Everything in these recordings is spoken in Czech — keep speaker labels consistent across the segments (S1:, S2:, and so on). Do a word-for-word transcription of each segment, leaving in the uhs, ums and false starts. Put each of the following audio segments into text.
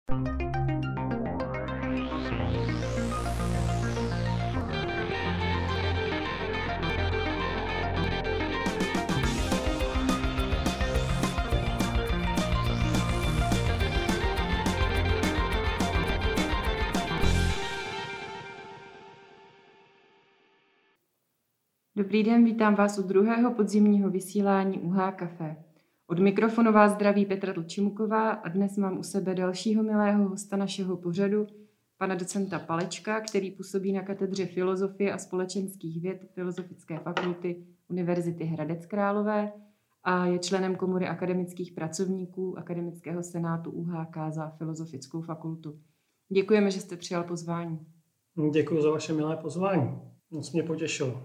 S1: Dobrý den, vítám vás u druhého podzimního vysílání U H Café. Od mikrofonu vás zdraví Petra Tlčimuková a dnes mám u sebe dalšího milého hosta našeho pořadu, pana docenta Palečka, který působí na katedře filozofie a společenských věd Filozofické fakulty Univerzity Hradec Králové a je členem komory akademických pracovníků Akademického senátu U H K za Filozofickou fakultu. Děkujeme, že jste přijal pozvání.
S2: Děkuji za vaše milé pozvání. Moc mě potěšilo.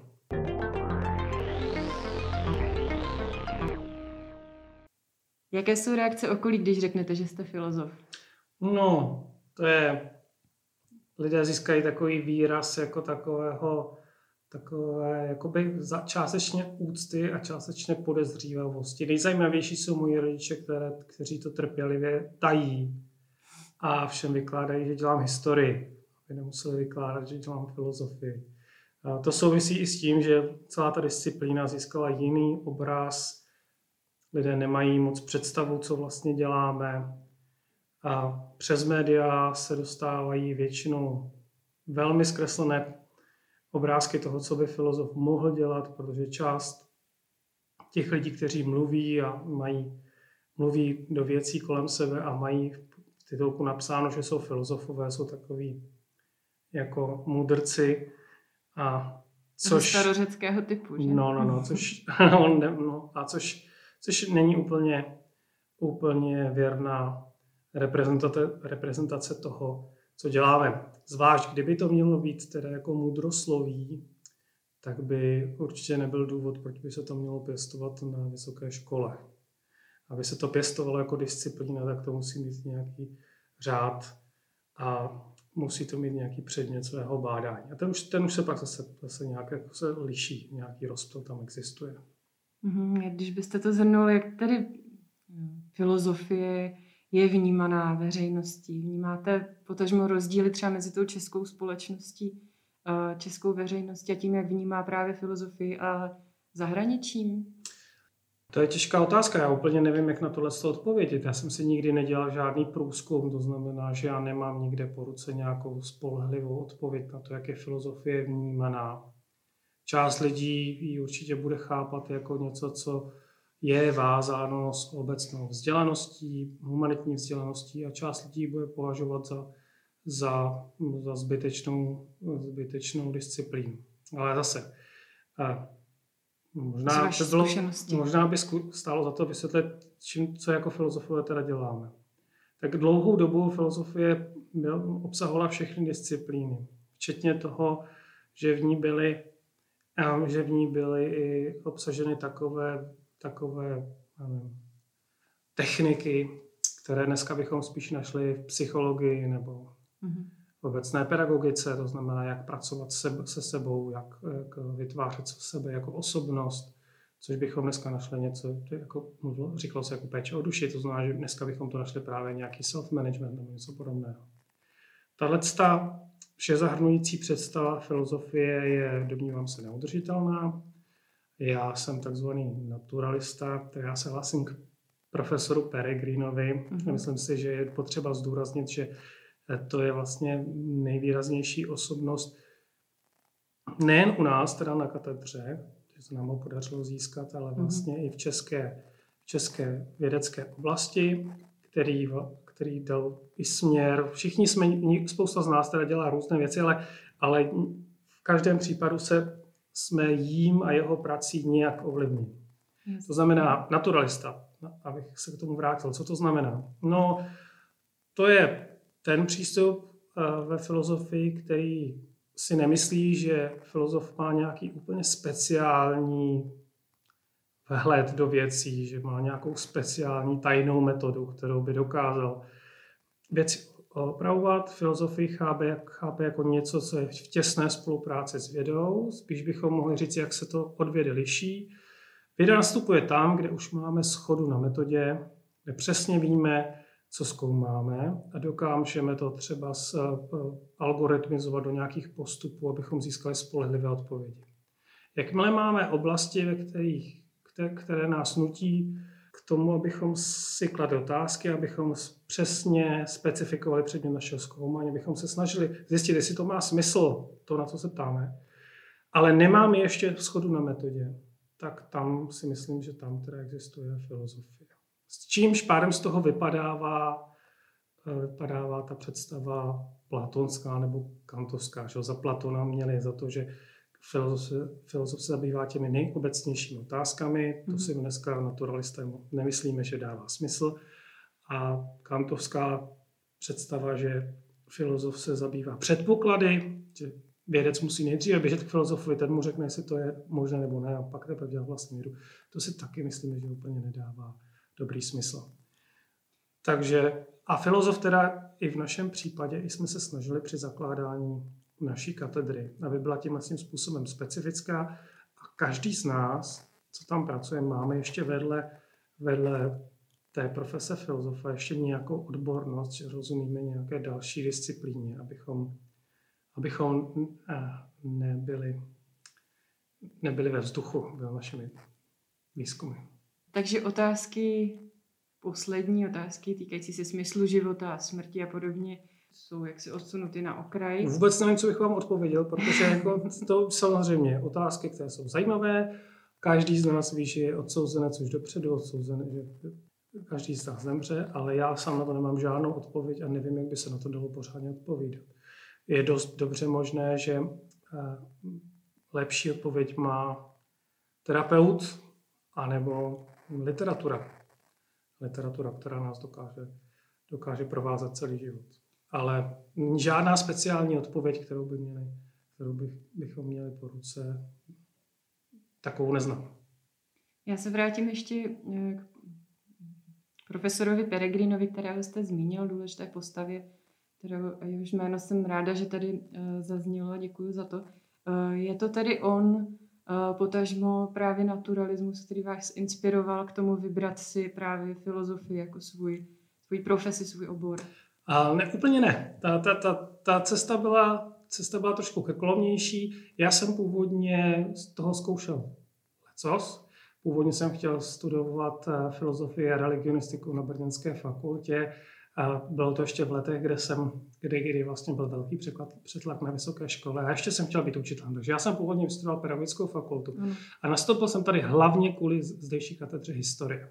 S1: Jaké jsou reakce okolí, když řeknete, že jste filozof?
S2: No, to je... Lidé získají takový výraz jako takového, takové jakoby částečně úcty a částečně podezřívavosti. Nejzajímavější jsou moji rodiče, které, kteří to trpělivě tají a všem vykládají, že dělám historii. Aby nemuseli vykládat, že dělám filozofii. A to souvisí i s tím, že celá ta disciplína získala jiný obraz. Lidé nemají moc představu, co vlastně děláme. A přes média se dostávají většinou velmi zkreslené obrázky toho, co by filozof mohl dělat, protože část těch lidí, kteří mluví a mají, mluví do věcí kolem sebe a mají v titulku napsáno, že jsou filozofové, jsou takový jako mudrci. A což,
S1: starořeckého typu, že?
S2: No, no, no, což, no, a což, což není úplně, úplně věrná reprezentace, reprezentace toho, co děláme. Zvlášť, kdyby to mělo být teda jako mudrosloví, tak by určitě nebyl důvod, proč by se to mělo pěstovat na vysoké škole. Aby se to pěstovalo jako disciplína, tak to musí mít nějaký řád a musí to mít nějaký předmět svého bádání. A ten už, ten už se pak zase, zase nějak jako se liší, nějaký rozptyl tam existuje.
S1: Mm-hmm. Když byste to zhrnul, jak tady filozofie je vnímaná veřejností? Vnímáte potažmo rozdíly třeba mezi tou českou společností, českou veřejností a tím, jak vnímá právě filozofii a zahraničím?
S2: To je těžká otázka, já úplně nevím, jak na tohle odpovědět. Já jsem si nikdy nedělal žádný průzkum, to znamená, že já nemám nikde po ruce nějakou spolehlivou odpověď na to, jak je filozofie vnímaná. Část lidí ji určitě bude chápat jako něco, co je vázáno s obecnou vzdělaností, humanitní vzdělaností a část lidí bude považovat za, za, za zbytečnou, zbytečnou disciplínu. Ale zase... Možná by, bylo, možná by stálo za to vysvětlit, čím, co jako filozofové teda děláme. Tak dlouhou dobu filozofie byl, obsahovala všechny disciplíny, včetně toho, že v ní byly, že v ní byly i obsaženy takové, takové nevím, techniky, které dneska bychom spíš našli v psychologii nebo mm-hmm. v obecné pedagogice, to znamená, jak pracovat se, se sebou, jak, jak vytvářet sebe jako osobnost, což bychom dneska našli něco, jako, říkalo se jako péče o duši, to znamená, že dneska bychom to našli právě nějaký self-management nebo něco podobného. Tahleta všezahrnující představa filozofie je, domnívám se, neudržitelná. Já jsem takzvaný naturalista, tak já se hlásím k profesoru Peregrinovi. Mm-hmm. Myslím si, že je potřeba zdůraznit, že to je vlastně nejvýraznější osobnost nejen u nás, teda na katedře, že se nám ho podařilo získat, ale vlastně mm-hmm. i v české, v české vědecké oblasti, který, který dal i směr. Všichni jsme, spousta z nás teda dělá různé věci, ale, ale v každém případu se jsme jím a jeho prací nějak ovlivní. Yes. To znamená naturalista, abych se k tomu vrátil. Co to znamená? No, to je ten přístup ve filozofii, který si nemyslí, že filozof má nějaký úplně speciální vhled do věcí, že má nějakou speciální tajnou metodu, kterou by dokázal věci opravovat. Filozofii chápe, chápe jako něco, co je v těsné spolupráci s vědou. Spíš bychom mohli říct, jak se to od vědy liší. Věda nastupuje tam, kde už máme shodu na metodě, kde přesně víme, co zkoumáme a dokážeme to třeba s, algoritmizovat do nějakých postupů, abychom získali spolehlivé odpovědi. Jakmile máme oblasti, ve kterých, které, které nás nutí k tomu, abychom si kladli otázky, abychom přesně specifikovali předmět našeho zkoumání, abychom se snažili zjistit, jestli to má smysl, to, na co se ptáme, ale nemáme ještě shodu na metodě, tak tam si myslím, že tam teda existuje filozofie. S čímž pádem z toho vypadává, vypadává ta představa platonská nebo kantovská. Že? Za Platona měli za to, že filozof se zabývá těmi nejobecnějšími otázkami, to si dneska naturalisté nemyslíme, že dává smysl. A kantovská představa, že filozof se zabývá předpoklady, že vědec musí nejdříve běžet k filozofovi, ten mu řekne, jestli to je možné nebo ne, a pak teprve dělá vlastní vědu. To si taky myslíme, že úplně nedává dobrý smysl. Takže a filozof teda i v našem případě i jsme se snažili při zakládání naší katedry, aby byla tím vlastním způsobem specifická a každý z nás, co tam pracuje, máme ještě vedle, vedle té profese filozofa ještě nějakou odbornost, že rozumíme nějaké další disciplíně, abychom, abychom nebyli, nebyli ve vzduchu v našimi výzkumy.
S1: Takže otázky, poslední otázky týkající se smyslu života a smrti a podobně, jsou jaksi odsunuty na okraj.
S2: Vůbec nevím, co bych vám odpověděl, protože jako to samozřejmě otázky, které jsou zajímavé. Každý z nás ví, že je odsouzenec už dopředu, odsouzen, že každý z nás zemře, ale já sám na to nemám žádnou odpověď a nevím, jak by se na to dalo pořádně odpovídat. Je dost dobře možné, že lepší odpověď má terapeut anebo literatura. Literatura, která nás dokáže, dokáže provázet celý život. Ale žádná speciální odpověď, kterou, by měli, kterou bych, bychom měli po ruce, takovou neznám.
S1: Já se vrátím ještě k profesorovi Peregrinovi, kterého jste zmínil, důležité postavě, kterého, jehož jméno jsem ráda, že tady zaznělo a děkuji za to. Je to tedy on, potažmo právě naturalismus, který vás inspiroval k tomu vybrat si právě filozofii jako svůj, svůj profesi, svůj obor?
S2: A ne, úplně ne. Ta, ta, ta, ta cesta, byla, cesta byla trošku kekolomnější. Já jsem původně z toho zkoušel lecos. Původně jsem chtěl studovat filozofii a religionistiku na Brněnské fakultě. A bylo to ještě v letech, kde jsem, kdy, kdy vlastně byl velký přetlak na vysoké škole. A ještě jsem chtěl být učitelem. Takže já jsem původně vystudoval pedagogickou fakultu. Mm. A nastoupil jsem tady hlavně kvůli zdejší katedře historie.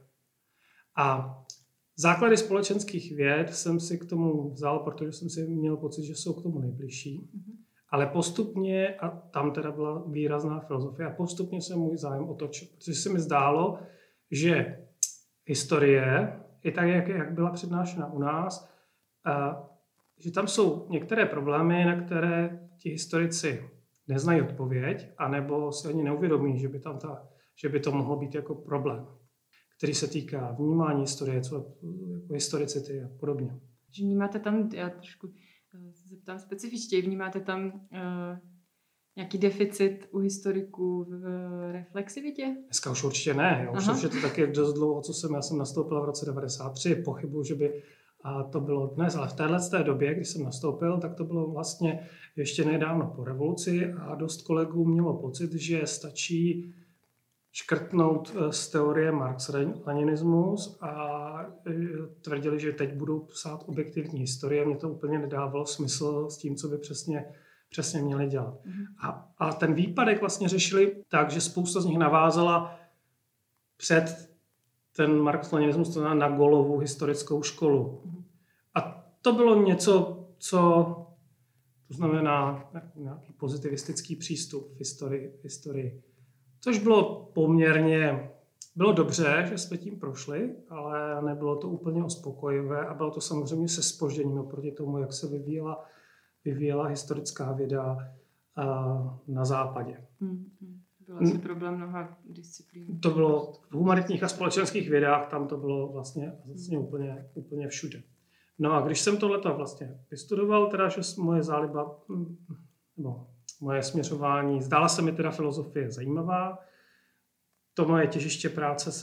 S2: A základy společenských věd jsem si k tomu vzal, protože jsem si měl pocit, že jsou k tomu nejbližší. Mm-hmm. Ale postupně, a tam teda byla výrazná filozofie, a postupně se můj zájem otočil. Protože se mi zdálo, že historie, i tak, jak, jak byla přednášena u nás, a, že tam jsou některé problémy, na které ti historici neznají odpověď, anebo si ani neuvědomí, že by, tam ta, že by to mohlo být jako problém, který se týká vnímání historie, co jako historicity a podobně.
S1: Vnímáte tam, já trošku se zeptám specifičtěji, vnímáte tam uh, nějaký deficit u historiků v reflexivitě?
S2: Dneska už určitě ne. Jo. Už je to taky dost dlouho, co jsem, já jsem nastoupil v roce devadesát tři, pochybuji, že by a to bylo dnes, ale v téhle době, když jsem nastoupil, tak to bylo vlastně ještě nedávno po revoluci a dost kolegů mělo pocit, že stačí škrtnout z teorie Marx-leninismus a tvrdili, že teď budou psát objektivní historie. Mně to úplně nedávalo smysl s tím, co by přesně, přesně měli dělat. Mm-hmm. A, a ten výpadek vlastně řešili tak, že spousta z nich navázala před ten Marx-leninismus, to znamená na Golovu historickou školu. Mm-hmm. A to bylo něco, co to znamená nějaký pozitivistický přístup v historii. V historii. Což bylo poměrně, bylo dobře, že jsme tím prošli, ale nebylo to úplně uspokojivé a bylo to samozřejmě se zpožděním oproti tomu, jak se vyvíjela, vyvíjela historická věda uh, na západě.
S1: Hmm, hmm. Byl asi problém mnoha disciplín.
S2: To bylo v humanitních a společenských vědách, tam to bylo vlastně, vlastně hmm. úplně, úplně všude. No a když jsem tohleto vlastně vystudoval, teda, že moje záliba, no, moje směřování, zdála se mi teda filozofie zajímavá. To moje těžiště práce se jako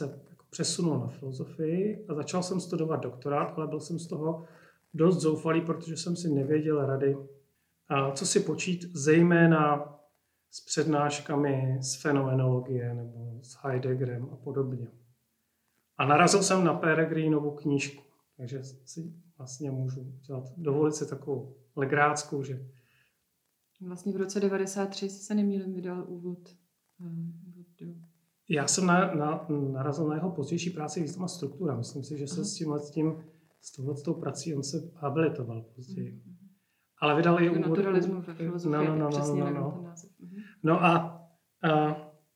S2: přesunul na filozofii a začal jsem studovat doktorát, ale byl jsem z toho dost zoufalý, protože jsem si nevěděl rady, co si počít, zejména s přednáškami z fenomenologie nebo s Heideggerem a podobně. A narazil jsem na Peregrinovu knížku, takže si vlastně můžu dělat, dovolit si takovou legráckou, že...
S1: Vlastně v roce devadesát tři si se nemýlím vydal úvod. úvod
S2: Já jsem na, na, narazil na jeho pozdější práci Význam a struktura. Myslím si, že se Aha. s tímhle s tím, s touhletou prací on se habilitoval později. Mm-hmm. Ale vydal i úvod...
S1: Naturalismu ve filozofii,
S2: no, no, no,
S1: přesně
S2: no, no,
S1: nevím ten název. Mm-hmm.
S2: No a, a, a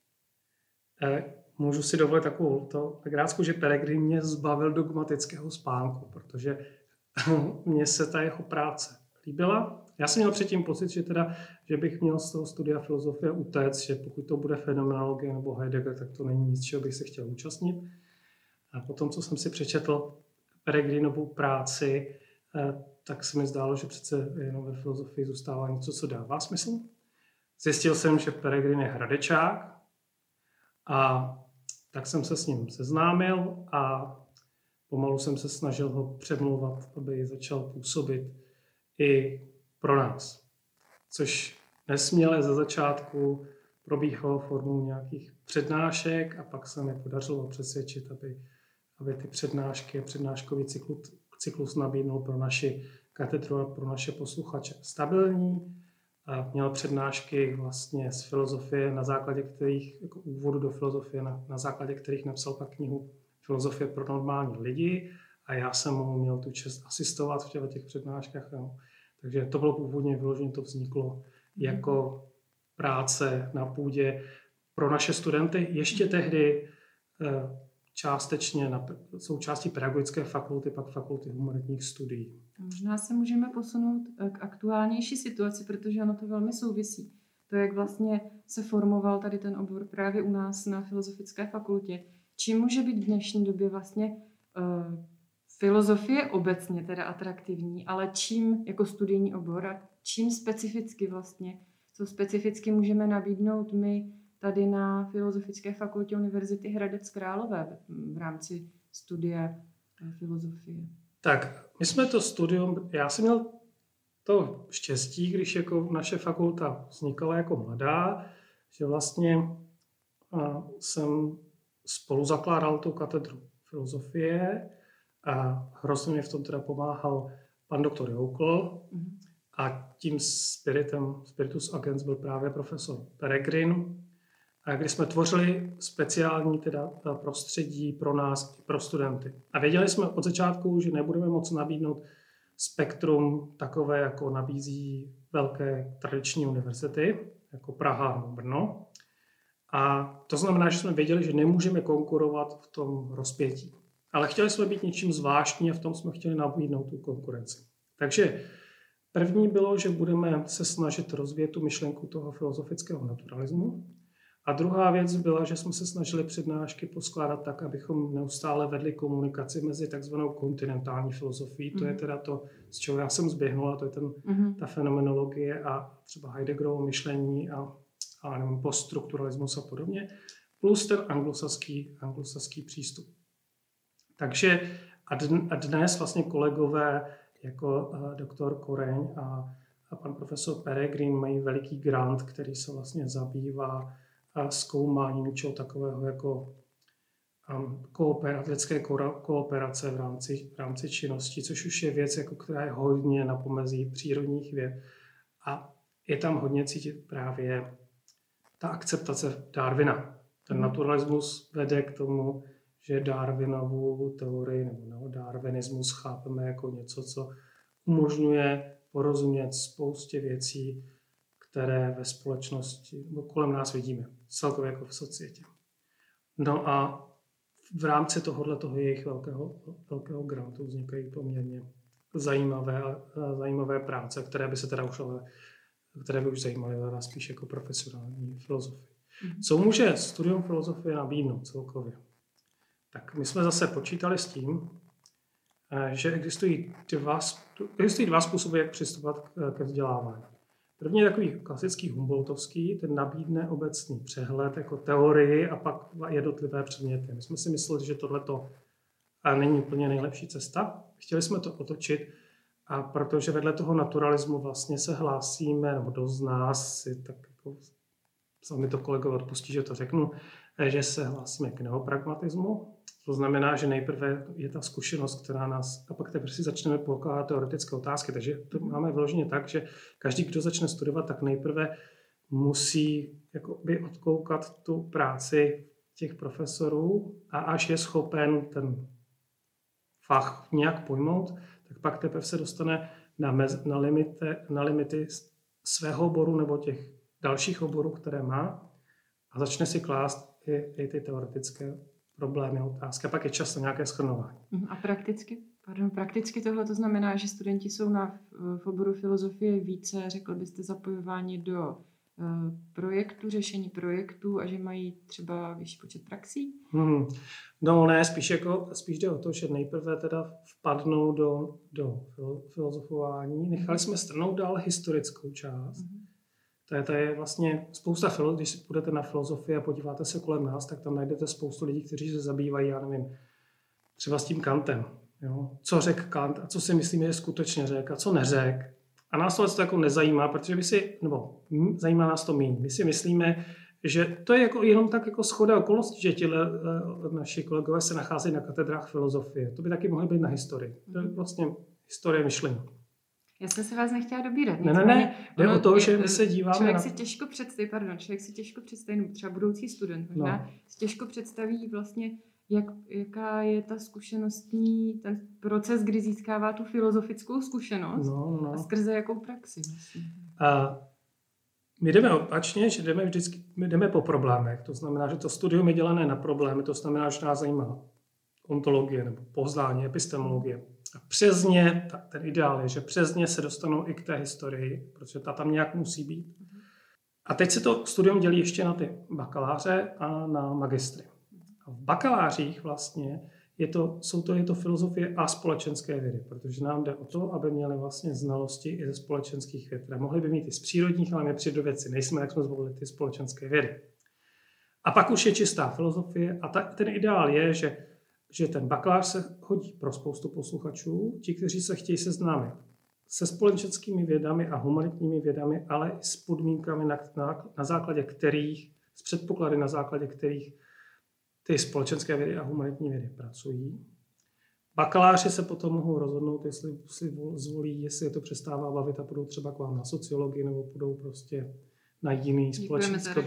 S2: můžu si dovolit takovou to legrácku, že Peregrin mě zbavil dogmatického spánku, protože mně se ta jeho práce líbila. Já jsem měl předtím pocit, že, teda, že bych měl z toho studia filozofie utéct, že pokud to bude fenomenologie nebo Heidegger, tak to není nic, čeho bych se chtěl účastnit. A potom, co jsem si přečetl Peregrinovu práci, tak se mi zdálo, že přece jenom ve filozofii zůstává něco, co dává smysl. Zjistil jsem, že Peregrin je Hradečák a tak jsem se s ním seznámil a pomalu jsem se snažil ho přemlouvat, aby začal působit i pro nás. Což nesměle ze začátku probíhalo formou nějakých přednášek a pak se mi podařilo přesvědčit, aby, aby ty přednášky a přednáškový cyklus, cyklus nabídnul pro naši katedru a pro naše posluchače stabilní. A měl přednášky vlastně z filozofie, na základě kterých, jako úvodu do filozofie, na, na základě kterých napsal pak knihu Filozofie pro normální lidi a já jsem mu měl tu čest asistovat v těch přednáškách. No. Takže to bylo původně vyloženě, to vzniklo jako práce na půdě pro naše studenty. Ještě tehdy částečně na součástí pedagogické fakulty, pak fakulty humanitních studií.
S1: Možná se můžeme posunout k aktuálnější situaci, protože ono to velmi souvisí. To, jak vlastně se formoval tady ten obor právě u nás na Filozofické fakultě. Čím může být v dnešní době vlastně uh, filozofie obecně teda atraktivní, ale čím jako studijní obor a čím specificky vlastně, co specificky můžeme nabídnout my tady na Filozofické fakultě Univerzity Hradec Králové v rámci studia filozofie?
S2: Tak, my jsme to studium, já jsem měl to štěstí, když jako naše fakulta vznikala jako mladá, že vlastně jsem spolu zakládal tu katedru filozofie a hrozně mě v tom teda pomáhal pan doktor Joukl mm-hmm. a tím spiritem, spiritus agens byl právě profesor Peregrin, a kdy jsme tvořili speciální teda prostředí pro nás i pro studenty. A věděli jsme od začátku, že nebudeme moci nabídnout spektrum takové, jako nabízí velké tradiční univerzity, jako Praha nebo Brno. A to znamená, že jsme věděli, že nemůžeme konkurovat v tom rozpětí. Ale chtěli jsme být něčím zvláštní a v tom jsme chtěli nabídnout tu konkurenci. Takže první bylo, že budeme se snažit rozvíjet tu myšlenku toho filozofického naturalismu. A druhá věc byla, že jsme se snažili přednášky poskládat tak, abychom neustále vedli komunikaci mezi takzvanou kontinentální filozofií. Mm. To je teda to, z čeho já jsem zběhnula, to je ten, mm. ta fenomenologie a třeba Heideggerovo myšlení a, a nevím, poststrukturalismus a podobně, plus ten anglosaský, anglosaský přístup. Takže a dnes vlastně kolegové jako doktor Koreň a, a pan profesor Peregrin mají veliký grant, který se vlastně zabývá a zkoumání něčeho takového jako um, kooperace, lidské kooperace v rámci, v rámci činnosti, což už je věc, jako, která je hodně na pomezí přírodních věd. A je tam hodně cítit právě ta akceptace Darwina. Ten naturalismus vede k tomu, že Darwinovu teorii nebo neodarwinismus chápeme jako něco, co umožňuje porozumět spoustě věcí, které ve společnosti kolem nás vidíme, celkově jako v societě. No a v rámci tohohle toho jejich velkého, velkého grantu vznikají poměrně zajímavé, zajímavé práce, které by se teda už, ale, které by už zajímaly nás spíš jako profesionální filozofii. Mm-hmm. Co může studium filozofie nabídnout celkově? Tak my jsme zase počítali s tím, že existují dva, existují dva způsoby, jak přistupovat ke vzdělávání. První je takový klasický Humboldtovský, ten nabídne obecný přehled jako teorii a pak jednotlivé předměty. My jsme si mysleli, že tohleto není úplně nejlepší cesta. Chtěli jsme to otočit, a protože vedle toho naturalismu vlastně se hlásíme, nebo dost z nás si tak jako, sami to kolegové odpustí, že to řeknu, že se hlásíme k neopragmatismu. To znamená, že nejprve je ta zkušenost, která nás, a pak teprve si začneme pokládat teoretické otázky. Takže to máme vyloženě tak, že každý, kdo začne studovat, tak nejprve musí jakoby odkoukat tu práci těch profesorů a až je schopen ten fach nějak pojmout, tak pak teprve se dostane na, mez, na, limity, na limity svého oboru nebo těch dalších oborů, které má a začne si klást i, i ty teoretické problémy, otázky. A pak je čas na nějaké shrnování.
S1: A prakticky? Pardon, prakticky tohle to znamená, že studenti jsou na, v oboru filozofie více, řekl byste, zapojováni do uh, projektu, řešení projektů a že mají třeba vyšší počet praxí?
S2: Hmm. No ne, spíš, jako, spíš jde o to, že nejprve teda vpadnou do, do filozofování. Nechali jsme stranou dál historickou část. Hmm. To je, to je vlastně spousta filozofů, když půjdete na filozofii a podíváte se kolem nás, tak tam najdete spoustu lidí, kteří se zabývají, já nevím, třeba s tím Kantem. Jo? Co řekl Kant a co si myslíme, že skutečně řekl a co neřekl. A nás to jako nezajímá, protože my si, nebo zajímá nás to míň. My si myslíme, že to je jako jenom tak jako shoda okolností, že ti naši kolegové se nacházejí na katedrách filozofie. To by taky mohly být na historii. To je vlastně historie myšlení.
S1: Já jsem se vás nechtěla dobírat.
S2: Ne, ne, ne, jde o to, že my se díváme
S1: člověk
S2: na...
S1: si těžko představí, pardon, člověk si těžko představí, nebo třeba budoucí student možná, no. si těžko představí vlastně, jak, jaká je ta zkušenostní, ten proces, kdy získává tu filozofickou zkušenost
S2: no, no.
S1: a skrze jakou praxi. Vlastně.
S2: A my jdeme opačně, že jdeme vždycky, my jdeme po problémech. To znamená, že to studium je dělané na problémy, to znamená, že nás zajímá ontologie nebo poznání, epistemologie. A přes ně, ten ideál je, že přes ně se dostanou i k té historii, protože ta tam nějak musí být. A teď se to studium dělí ještě na ty bakaláře a na magistry. A v bakalářích vlastně je to, jsou to, je to filozofie a společenské vědy, protože nám jde o to, aby měli vlastně znalosti i ze společenských věd. Mohli by mít i z přírodních, ale my přírodovědci nejsme, jak jsme zvolili ty společenské vědy. A pak už je čistá filozofie a ta, ten ideál je, že že ten bakalář se hodí pro spoustu posluchačů, ti, kteří se chtějí seznámit se společenskými vědami a humanitními vědami, ale i s podmínkami, na, na, na základě kterých, s předpoklady, na základě kterých ty společenské vědy a humanitní vědy pracují. Bakaláři se potom mohou rozhodnout, jestli si zvolí, jestli je to přestává bavit a půjdou třeba k vám na sociologii, nebo půjdou prostě na jiný společenský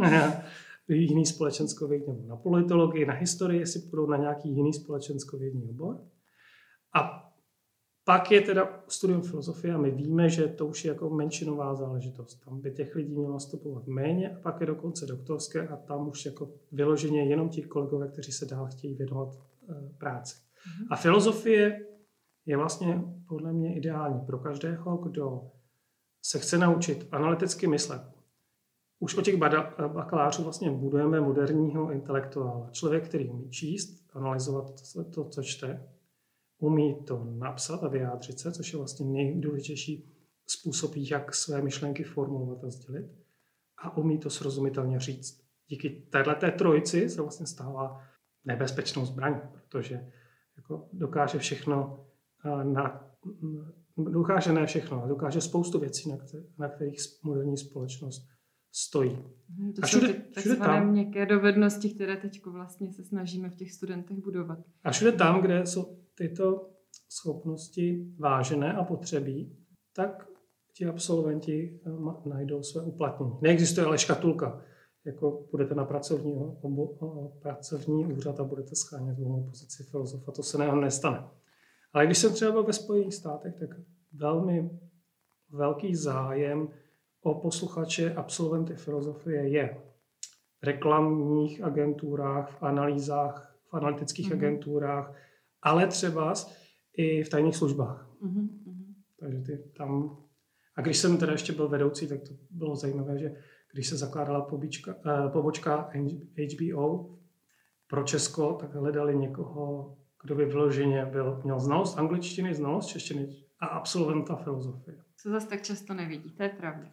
S2: jiný společenskovědní nebo na politologii, na historii, jestli půjdou na nějaký jiný společenskovědní obor. A pak je teda studium filozofie a my víme, že to už je jako menšinová záležitost. Tam by těch lidí mělo nastupovat méně a pak je dokonce doktorské a tam už jako vyloženě jenom ti kolegové, kteří se dál chtějí věnovat e, práci. Mm-hmm. A filozofie je vlastně podle mě ideální pro každého, kdo se chce naučit analyticky myslet. Už od těch bakalářů vlastně budujeme moderního intelektuála. Člověk, který umí číst, analyzovat to, co čte, umí to napsat a vyjádřit se, což je vlastně nejdůležitější způsob, jak své myšlenky formulovat a sdělit. A umí to srozumitelně říct. Díky téhleté trojici se vlastně stává nebezpečnou zbraň, protože jako dokáže všechno, na, dokáže ne všechno, ale dokáže spoustu věcí, na, které, na kterých moderní společnost stojí.
S1: To a všude, jsou ty takzvané měkké dovednosti, které teď vlastně se snažíme v těch studentech budovat.
S2: A všude tam, kde jsou tyto schopnosti vážené a potřebí, tak ti absolventi najdou své uplatnění. Neexistuje ale škatulka. Jako budete na pracovní, obo, pracovní úřad a budete schánět volnou pozici filozofa, to se nám nestane. Ale když jsem třeba byl ve Spojených státech, tak velmi velký zájem o posluchače absolventy filozofie je v reklamních agenturách, v analýzách, v analytických mm-hmm. agenturách, ale třeba i v tajných službách. Mm-hmm. Takže ty tam... A když jsem teda ještě byl vedoucí, tak to bylo zajímavé, že když se zakládala pobočka, eh, pobočka H B O pro Česko, tak hledali někoho, kdo by vyloženě byl, měl znalost angličtiny, znalost češtiny a absolventa filozofie.
S1: Co zase tak často nevidí, to je pravda.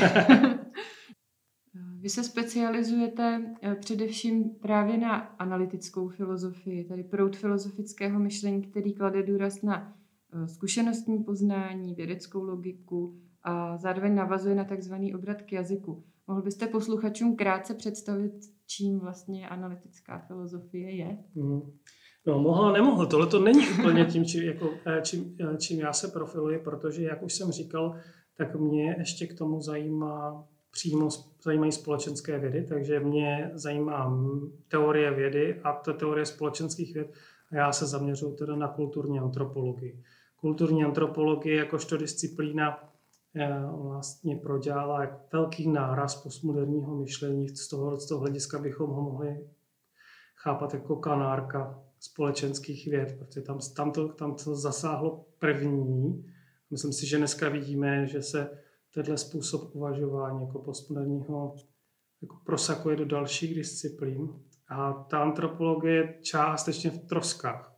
S1: Vy se specializujete především právě na analytickou filozofii, tedy proud filozofického myšlení, který klade důraz na zkušenostní poznání, vědeckou logiku a zároveň navazuje na takzvaný obrat k jazyku. Mohl byste posluchačům krátce představit, čím vlastně analytická filozofie je?
S2: Mm. No, mohl a nemohl. Tohle to není úplně tím, čím, jako, čím, čím já se profiluji, protože, jak už jsem říkal, tak mě ještě k tomu zajímá přímo zajímají společenské vědy, takže mě zajímá teorie vědy a ta teorie společenských věd a já se zaměřuji teda na kulturní antropologii. Kulturní antropologie jakožto disciplína vlastně prodělala velký náraz postmoderního myšlení. Z toho, z toho hlediska bychom ho mohli chápat jako kanárka společenských věd, protože tam, tam, to, tam to zasáhlo první. Myslím si, že dneska vidíme, že se tenhle způsob uvažování jako postmoderního jako prosakuje do dalších disciplín a ta antropologie je částečně v troskách.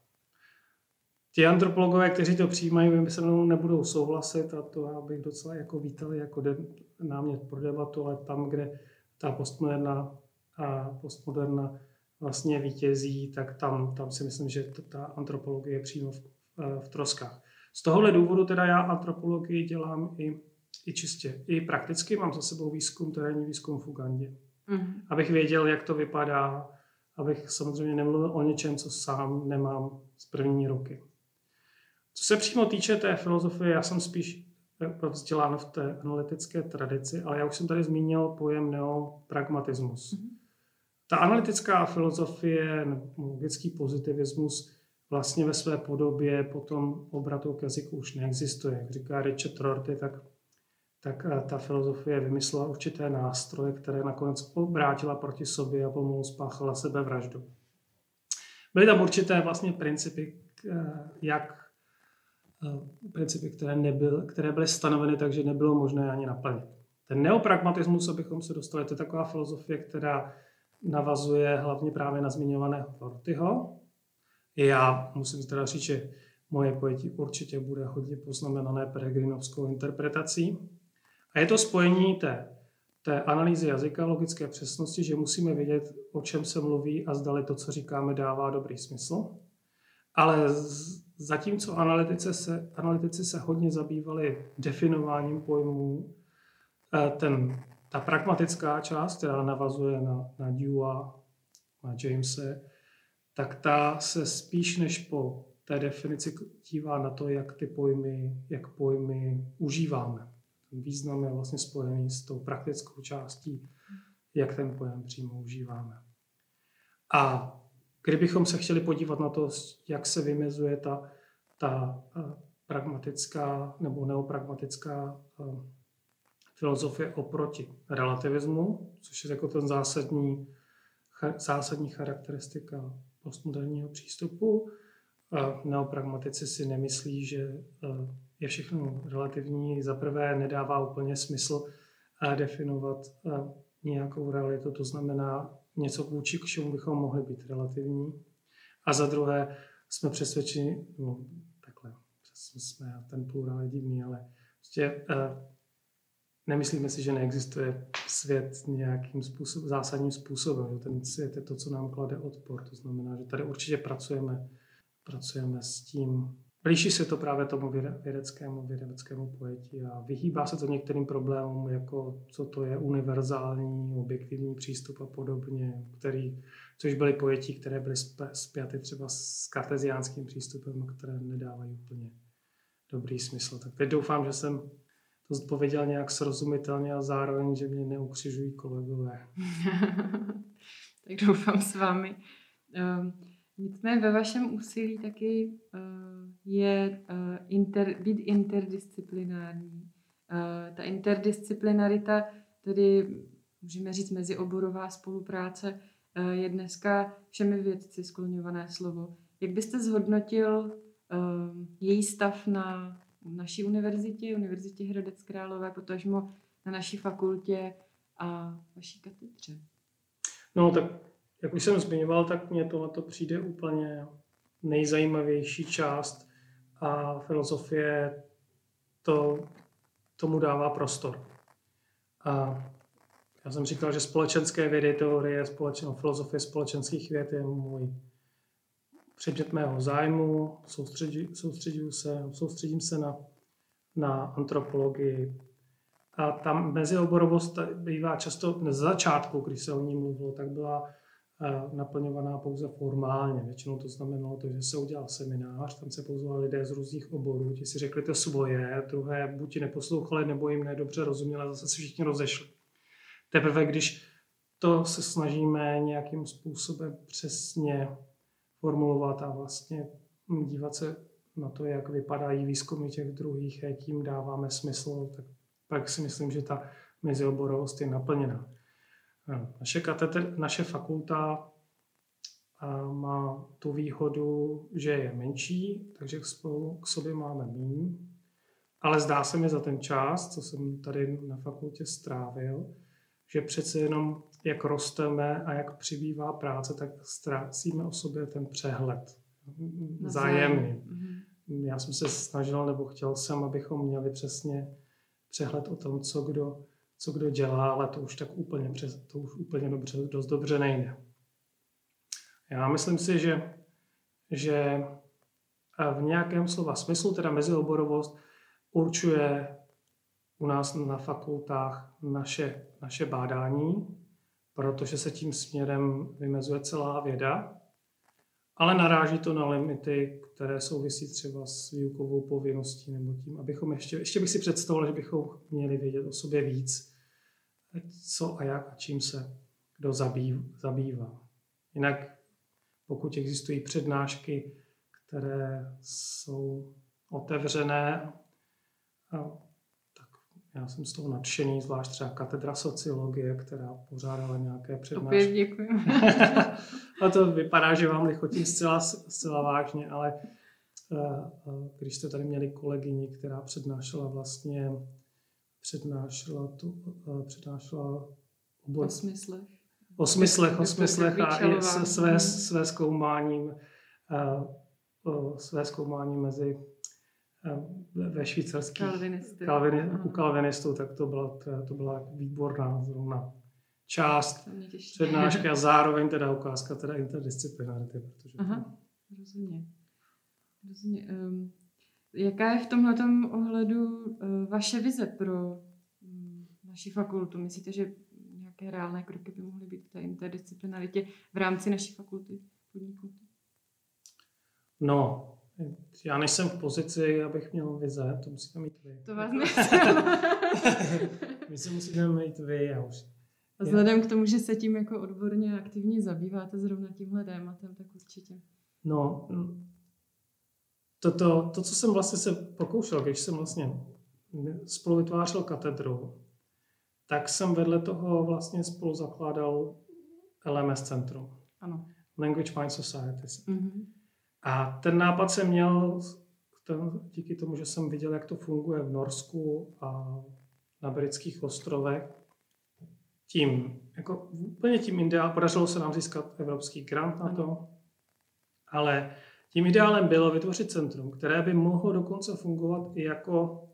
S2: Ti antropologové, kteří to přijímají, my se mnou nebudou souhlasit a to já bych docela jako vítal jako námět pro debatu, ale tam, kde ta postmoderna a postmoderna vlastně vítězí, tak tam, tam si myslím, že ta antropologie je přímo v, v troskách. Z tohohle důvodu teda já antropologii dělám i, i čistě, i prakticky. Mám za sebou výzkum, terénní výzkum v Ugandě. Mm-hmm. Abych věděl, jak to vypadá, abych samozřejmě nemluvil o něčem, co sám nemám z první ruky. Co se přímo týče té filozofie, já jsem spíš vzdělán v té analytické tradici, ale já už jsem tady zmínil pojem neopragmatismus. Mm-hmm. Ta analytická filozofie, logický pozitivismus vlastně ve své podobě potom obratu k jazyku už neexistuje. Jak říká Richard Rorty, tak, tak ta filozofie vymyslela určité nástroje, které nakonec obrátila proti sobě a pomalu spáchala sebevraždu. Byly tam určité vlastně principy, jak principy, které, nebyl, které byly stanoveny tak, že nebylo možné ani naplnit. Ten neopragmatismus, abychom se dostali, to je taková filozofie, která navazuje hlavně právě na zmiňovaného Rortyho. Já musím teda říct, že moje pojetí určitě bude hodně poznamenané peregrinovskou interpretací. A je to spojení té, té analýzy jazyka, logické přesnosti, že musíme vědět, o čem se mluví a zdali to, co říkáme, dává dobrý smysl. Ale zatímco analytici se, analytici se hodně zabývali definováním pojmů, ten, ta pragmatická část, která navazuje na, na Dewa, na Jamese, tak ta se spíš než po té definici dívá na to, jak ty pojmy, jak pojmy užíváme. Ten význam je vlastně spojený s tou praktickou částí, jak ten pojem přímo užíváme. A kdybychom se chtěli podívat na to, jak se vymezuje ta, ta pragmatická nebo neopragmatická filozofie oproti relativismu, což je jako ten zásadní, zásadní charakteristika postmoderního přístupu. Neopragmatici si nemyslí, že je všechno relativní. Za prvé nedává úplně smysl definovat nějakou realitu, to znamená něco, vůči k čemu bychom mohli být relativní. A za druhé jsme přesvědčeni, no takhle, jsme, ten plurál je divný, ale prostě nemyslíme si, že neexistuje svět nějakým způsob, zásadním způsobem. Ten svět je to, co nám klade odpor. To znamená, že tady určitě pracujeme, pracujeme s tím. Blíží se to právě tomu vědeckému, vědeckému pojetí a vyhýbá se to některým problémům, jako co to je univerzální, objektivní přístup a podobně, který, což byly pojetí, které byly spjaty třeba s karteziánským přístupem, které nedávají úplně dobrý smysl. Tak teď doufám, že jsem to odpověděl nějak srozumitelně a zároveň, že mě neukřižují kolegové.
S1: Tak doufám s vámi. Um, nicméně ve vašem úsilí taky uh, je uh, inter, být interdisciplinární. Uh, ta interdisciplinarita, tedy můžeme říct mezioborová spolupráce, uh, je dneska všemi vědci skloňované slovo. Jak byste zhodnotil uh, její stav na naší univerzitě, Univerzitě Hradec Králové, potažmo na naší fakultě a vaší katedře?
S2: No tak, jak už jsem zmiňoval, tak mně tohleto přijde úplně nejzajímavější část a filozofie to tomu dává prostor. A já jsem říkal, že společenské vědy, teorie, společen, filozofie společenských věd je můj předmět mého zájmu, soustředí, soustředím se, soustředím se na, na antropologii. A tam mezioborovost bývá často na začátku, když se o ní mluvilo, tak byla naplňovaná pouze formálně. Většinou to znamenalo to, že se udělal seminář, tam se pozvali lidé z různých oborů, ti si řekli to svoje, druhé buď ti neposlouchali, nebo jim nedobře rozuměli a zase se všichni rozešli. Teprve, když to se snažíme nějakým způsobem přesně formulovat a vlastně dívat se na to, jak vypadají výzkumy těch druhých a jak jim dáváme smysl, tak pak si myslím, že ta mezioborovost je naplněna. Naše katedr, naše fakulta má tu výhodu, že je menší, takže spolu k sobě máme méně, ale zdá se mi za ten čas, co jsem tady na fakultě strávil, že přece jenom jak rosteme a jak přibývá práce, tak ztrácíme o sobě ten přehled vzájemný. Já jsem se snažil, nebo chtěl jsem, abychom měli přesně přehled o tom, co kdo, co kdo dělá, ale to už tak úplně, přes, to už úplně dobře, dost dobře nejde. Já myslím si, že, že v nějakém slova smyslu, teda mezioborovost, určuje u nás na fakultách naše, naše bádání, protože se tím směrem vymezuje celá věda, ale naráží to na limity, které souvisí třeba s výukovou povinností nebo tím, abychom ještě, ještě bych si představoval, že bychom měli vědět o sobě víc, co a jak a čím se kdo zabývá. Jinak pokud existují přednášky, které jsou otevřené, tak já jsem z toho nadšený, zvlášť třeba katedra sociologie, která pořádala nějaké přednášky.
S1: Opět děkuji.
S2: A to vypadá, že vám lichotím zcela, zcela vážně, ale když jste tady měli kolegyni, která přednášela vlastně, přednášela tu, přednášela obor...
S1: O smyslech.
S2: O smyslech, o smyslech a i své, své zkoumáním, své zkoumání mezi ve švýcarských Kalvini, u kalvinistů, tak to byla, to byla výborná zrovna část přednášky a zároveň teda ukázka teda interdisciplinarity. Protože
S1: Aha, to... rozumě. rozumě. Um, jaká je v tomhletom ohledu uh, vaše vize pro um, naši fakultu? Myslíte, že nějaké reálné kroky by mohly být v té interdisciplinaritě v rámci naší fakulty podniknuty?
S2: No, já nejsem v pozici, abych měl vize, to musíte mít vy.
S1: To vás nechcem.
S2: My se musíme mít vy, já už.
S1: A vzhledem k tomu, že se tím jako odborně aktivně zabýváte zrovna tímhle tématem, tak určitě.
S2: No, to, to, to co jsem vlastně se pokoušel, když jsem vlastně spolu vytvářel katedru, tak jsem vedle toho vlastně spolu zakládal L M S centrum.
S1: Ano.
S2: Language Mind Societies.
S1: Mm-hmm.
S2: A ten nápad jsem měl ten, díky tomu, že jsem viděl, jak to funguje v Norsku a na britských ostrovech. Tím, jako úplně tím ideálem, podařilo se nám získat evropský grant na to, ale tím ideálem bylo vytvořit centrum, které by mohlo dokonce fungovat i jako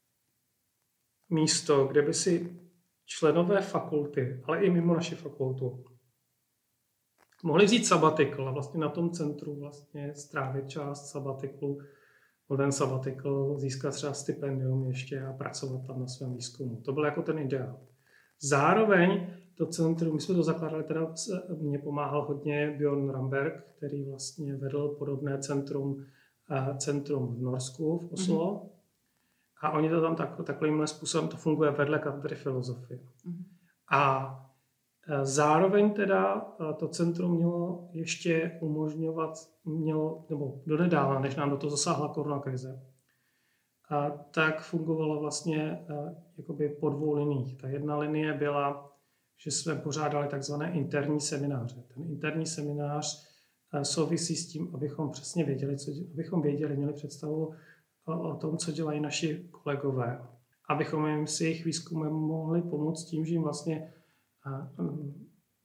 S2: místo, kde by si členové fakulty, ale i mimo naši fakultu, mohli vzít sabatikl a vlastně na tom centru vlastně strávit část sabatiklu, o ten sabatikl získat třeba stipendium ještě a pracovat tam na svém výzkumu. To byl jako ten ideál. Zároveň to centrum, my jsme to zakládali, teda mě pomáhal hodně Björn Ramberg, který vlastně vedl podobné centrum, centrum v Norsku, v Oslo. Mm-hmm. A oni to tam tak, takovýmhle způsobem, to funguje vedle katedry filozofie. Mm-hmm. A zároveň teda to centrum mělo ještě umožňovat, mělo, nebo donedávna, než nám do toho zasáhla koronakrize, a tak fungovalo vlastně jakoby po dvou liniích. Ta jedna linie byla, že jsme pořádali takzvané interní semináře. Ten interní seminář souvisí s tím, abychom přesně věděli, co, abychom věděli, měli představu o tom, co dělají naši kolegové, abychom jim s jejich výzkumem mohli pomoct tím, že jim vlastně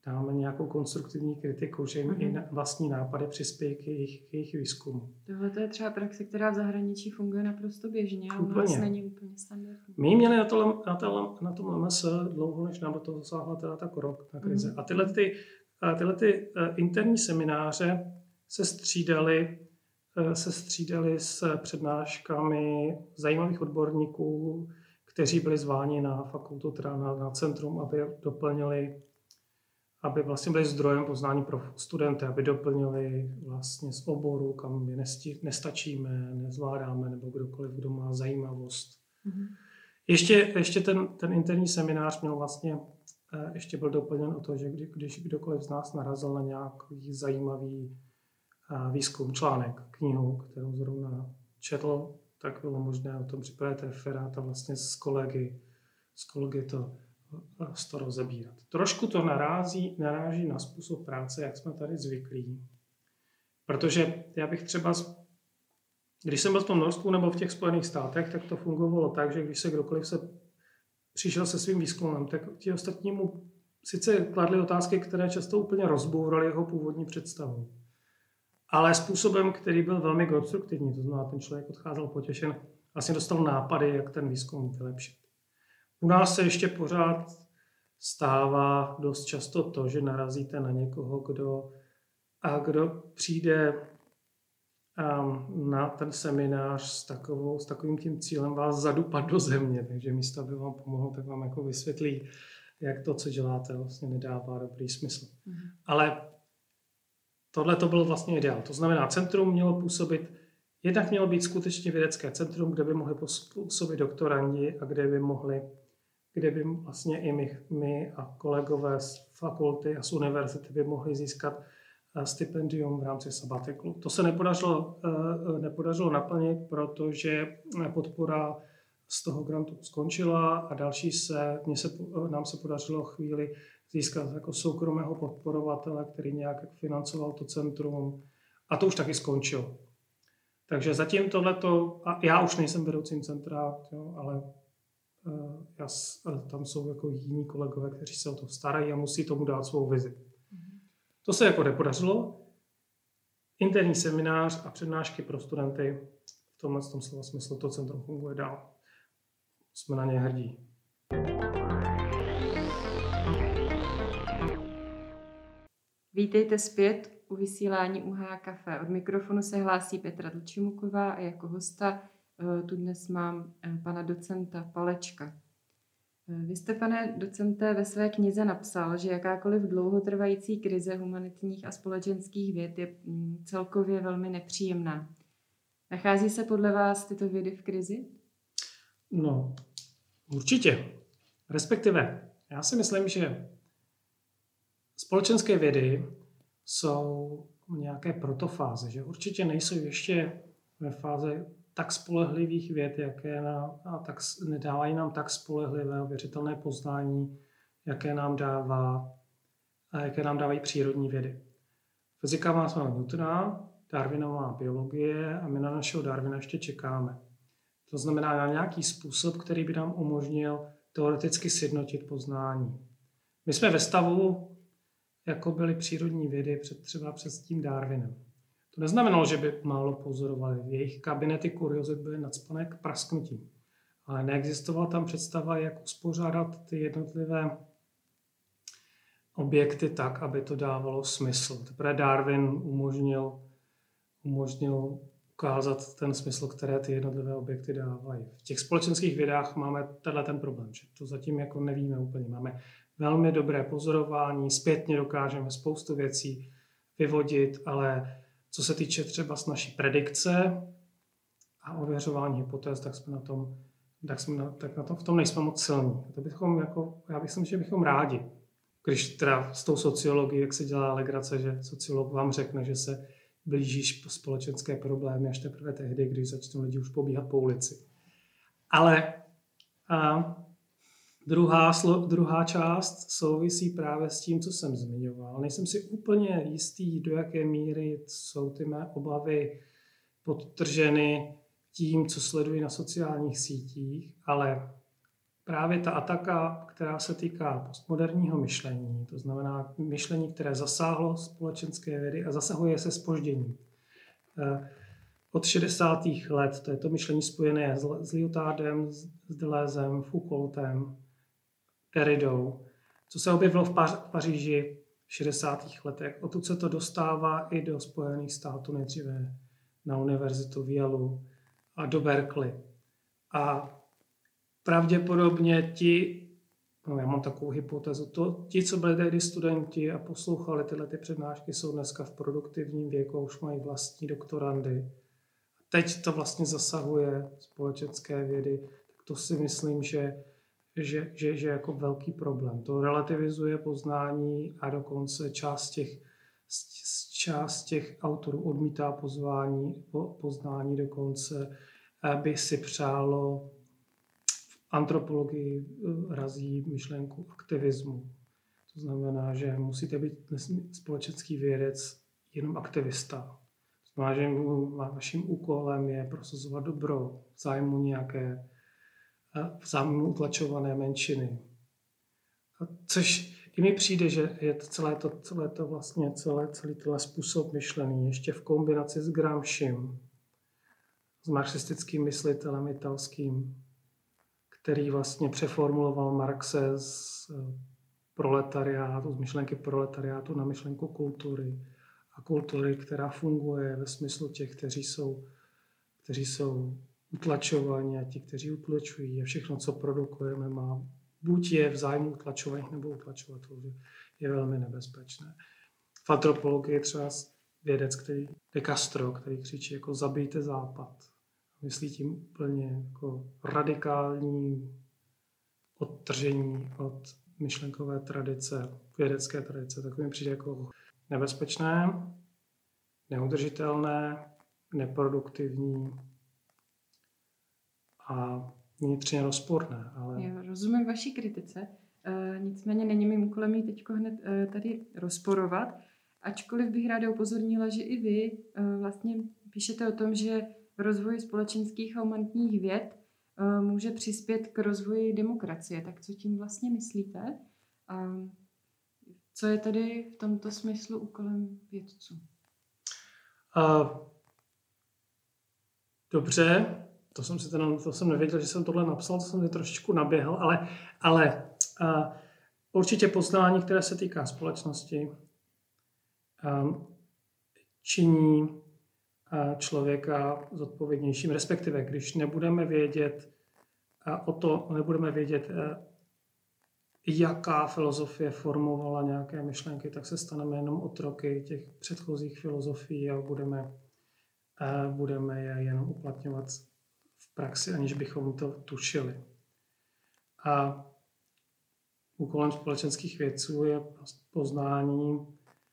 S2: dáme nějakou konstruktivní kritiku, že jim mm-hmm. i vlastní nápady přispějí k jejich, k jejich výzkumu.
S1: Tohle to je třeba praxe, která v zahraničí funguje naprosto běžně a u nás není úplně standardní.
S2: My měli na, to, na, to, na tom M S dlouho, než nám do toho zasáhla teda ta korona krize. Mm-hmm. A tyhle, ty, tyhle ty interní semináře se střídaly se střídali s přednáškami zajímavých odborníků, kteří byli zváni na fakultu, teda na, na centrum, aby doplnili, aby vlastně byli zdrojem poznání pro studenty, aby doplnili vlastně z oboru, kam my nesti, nestačíme, nezvládáme, nebo kdokoliv, kdo má zajímavost. Mm-hmm. Ještě, ještě ten, ten interní seminář měl vlastně, ještě byl doplněn o to, že kdy, když kdokoliv z nás narazil na nějaký zajímavý výzkum, článek, knihu, kterou zrovna četl, tak bylo možné o tom připravit referát a vlastně s kolegy, s kolegy to, to rozebírat. Trošku to narází, naráží na způsob práce, jak jsme tady zvyklí. Protože já bych třeba, když jsem byl v tom Norsku nebo v těch Spojených státech, tak to fungovalo tak, že když se kdokoliv se přišel se svým výzkumem, tak ti ostatní mu sice kladli otázky, které často úplně rozbouraly jeho původní představu, ale způsobem, který byl velmi konstruktivní, to znamená, ten člověk odcházel potěšen, vlastně dostal nápady, jak ten výzkum vylepšit. U nás se ještě pořád stává dost často to, že narazíte na někoho, kdo, a kdo přijde um, na ten seminář s, takovou, s takovým tím cílem vás zadupat do země, takže místo, aby vám pomohlo, tak vám jako vysvětlí, jak to, co děláte, vlastně nedává dobrý smysl. Mm-hmm. Ale tohle to byl vlastně ideál. To znamená, centrum mělo působit, jednak mělo být skutečně vědecké centrum, kde by mohli působit doktorandi a kde by mohli, kde by vlastně i my, my a kolegové z fakulty a z univerzity by mohli získat stipendium v rámci sabatiklu. To se nepodařilo, nepodařilo naplnit, protože podpora z toho grantu skončila a další se, mně se, nám se podařilo chvíli získat jako soukromého podporovatele, který nějak financoval to centrum a to už taky skončilo. Takže zatím tohleto, a já už nejsem vedoucím centra, jo, ale uh, já, tam jsou jako jiní kolegové, kteří se o to starají a musí tomu dát svou vizi. Mm-hmm. To se jako nepodařilo. Interní seminář a přednášky pro studenty, v tomhle tom slova smyslu to centrum funguje dál. Jsme na ně hrdí.
S1: Vítejte zpět u vysílání U H Café. Od mikrofonu se hlásí Petra Tlčimuková a jako hosta tu dnes mám pana docenta Palečka. Vy jste, pane docente, ve své knize napsal, že jakákoliv dlouhotrvající krize humanitních a společenských věd je celkově velmi nepříjemná. Nachází se podle vás tyto vědy v krizi?
S2: No, určitě. Respektive, já si myslím, že společenské vědy jsou nějaké protofáze, že určitě nejsou ještě ve fázi tak spolehlivých věd, jaké nám, a tak, nedávají nám tak spolehlivé a věřitelné poznání, jaké nám dává, a jaké nám dávají přírodní vědy. Fyzika má svého Newtona, Darwina má biologie a my na našeho Darwina ještě čekáme. To znamená na nějaký způsob, který by nám umožnil teoreticky sjednotit poznání. My jsme ve stavu, jako byly přírodní vědy před, třeba před tím Darwinem. To neznamenalo, že by málo pozorovali. Jejich kabinety kuriozit byly nacpané k prasknutí. Ale neexistovala tam představa, jak uspořádat ty jednotlivé objekty tak, aby to dávalo smysl. Teprve Darwin umožnil, umožnil ukázat ten smysl, které ty jednotlivé objekty dávají. V těch společenských vědách máme tenhle ten problém, že to zatím jako nevíme úplně. Máme velmi dobré pozorování, zpětně dokážeme spoustu věcí vyvodit, ale co se týče třeba z naší predikce a ověřování hypotéz, tak jsme na tom, tak jsme na, tak na tom v tom nejsme moc silní. To bychom jako, já bych si myslel, že bychom rádi, když teda s tou sociologií, jak se dělá legrace, že sociolog vám řekne, že se blížíš společenské problémy až teprve tehdy, když začnou lidi už pobíhat po ulici. Ale a druhá, druhá část souvisí právě s tím, co jsem zmiňoval. Nejsem si úplně jistý, do jaké míry jsou ty mé obavy podtrženy tím, co sleduji na sociálních sítích, ale právě ta ataka, která se týká postmoderního myšlení, to znamená myšlení, které zasáhlo společenské vědy a zasahuje se zpožděním. Od šedesátých let, to je to myšlení spojené s Lyotardem, s Deleuzeem, Foucaultem, Derridou, co se objevilo v, Pař- v Paříži v šedesátých letech. Odtud se to dostává i do Spojených států, nejdříve na univerzitu v Yale a do Berkeley. A pravděpodobně ti, no já mám takovou hypotézu, to, ti, co byli tehdy studenti a poslouchali tyhle ty přednášky, jsou dneska v produktivním věku, už mají vlastní doktorandy. Teď to vlastně zasahuje společenské vědy, tak to si myslím, že, že, že, že jako velký problém. To relativizuje poznání a dokonce část těch, část těch autorů odmítá pozvání, po, poznání, dokonce by si přálo v antropologii razí myšlenku aktivismu. To znamená, že musíte být společenský vědec jenom aktivista. To znamená, že vaším úkolem je prosazovat dobro v zájmu nějaké v zájmu utlačované menšiny. Což i mi přijde, že je to celé to, celé to vlastně celé, celý tenhle způsob myšlení ještě v kombinaci s Gramscim, s marxistickým myslitelem italským, který vlastně přeformuloval Marxe z proletariátu, z myšlenky proletariátu na myšlenku kultury. A kultury, která funguje ve smyslu těch, kteří jsou, kteří jsou utlačovaní a ti, kteří utlačují. A všechno, co produkujeme, má buď je v zájmu utlačovaných nebo utlačovatelů, je velmi nebezpečné. V antropologii třeba vědec, který De Castro, který křičí jako zabijte Západ. Myslí tím úplně jako radikální odtržení od myšlenkové tradice, vědecké tradice. Tak mi přijde jako nebezpečné, neudržitelné, neproduktivní a vnitřně rozporné. Ale...
S1: Já rozumím vaší kritice, e, nicméně není mým úkolem ji teď hned e, tady rozporovat, ačkoliv bych ráda upozornila, že i vy e, vlastně píšete o tom, že rozvoj společenských a humanitních věd e, může přispět k rozvoji demokracie. Tak co tím vlastně myslíte? A co je tedy v tomto smyslu úkolem vědců?
S2: Uh, dobře, to jsem si ten, to jsem nevěděl, že jsem tohle napsal, to jsem si trošičku naběhl, ale, ale uh, určitě poznání, které se týká společnosti, um, činí uh, člověka zodpovědnějším, respektive když nebudeme vědět uh, o to, nebudeme vědět, uh, jaká filozofie formovala nějaké myšlenky, tak se staneme jenom otroky těch předchozích filozofií a budeme, uh, budeme je jenom uplatňovat v praxi, aniž bychom to tušili. A úkolem společenských vědců je poznání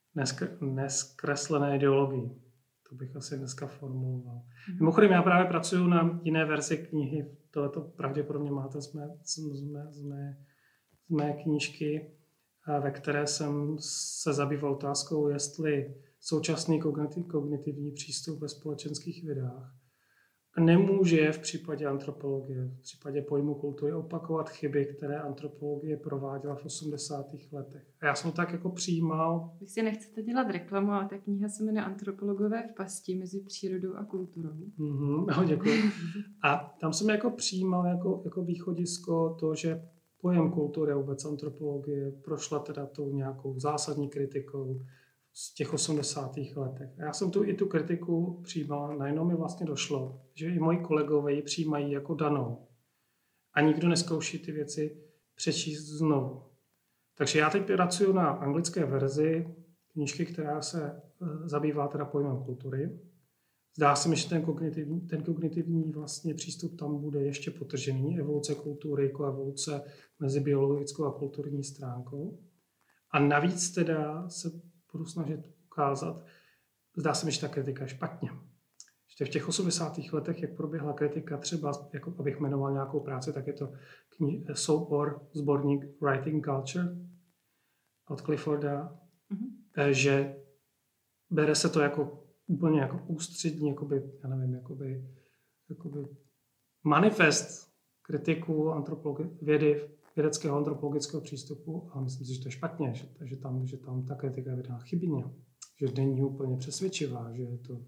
S2: neskreslené ideologii. To bych asi dneska formuloval. Mimochodem, já právě pracuji na jiné verzi knihy. Tohleto pravděpodobně máte z mé, z mé, z mé, z mé knížky, ve které jsem se zabýval otázkou, jestli současný kognitivní přístup ve společenských vědách nemůže v případě antropologie, v případě pojmu kultury opakovat chyby, které antropologie prováděla v osmdesátých letech. A já jsem tak jako přijímal...
S1: Vy si nechcete dělat reklamu, ale ta kniha se jmenuje Antropologové v pasti mezi přírodou a kulturou.
S2: Mm-hmm, no, děkuji. A tam jsem jako přijímal jako, jako východisko to, že pojem kultury a vůbec antropologie prošla teda tou nějakou zásadní kritikou z těch osmdesátých letech. A já jsem tu i tu kritiku přijímal, najednou mi vlastně došlo, že i moji kolegové ji přijímají jako danou. A nikdo neskouší ty věci přečíst znovu. Takže já teď pracuji na anglické verzi knížky, která se zabývá teda pojmem kultury. Zdá se mi, že ten kognitivní, ten kognitivní vlastně přístup tam bude ještě potržený. Evoluce kultury jako evoluce mezi biologickou a kulturní stránkou. A navíc teda se budu snažit ukázat, zdá se mi, že ta kritika je špatně. Ještě v těch osmdesátých letech, jak proběhla kritika, třeba, jako abych jmenoval nějakou práci, tak je to kni- soubor, sborník Writing Culture od Clifforda, mm-hmm. že bere se to jako úplně jako ústřední, jakoby, já nevím, jakoby, jakoby manifest kritiku antropologi- vědy, vědeckého antropologického přístupu, a myslím si, že to je špatně, že, že, tam, že tam ta kritika je vědená chybně, že není úplně přesvědčivá, že je to...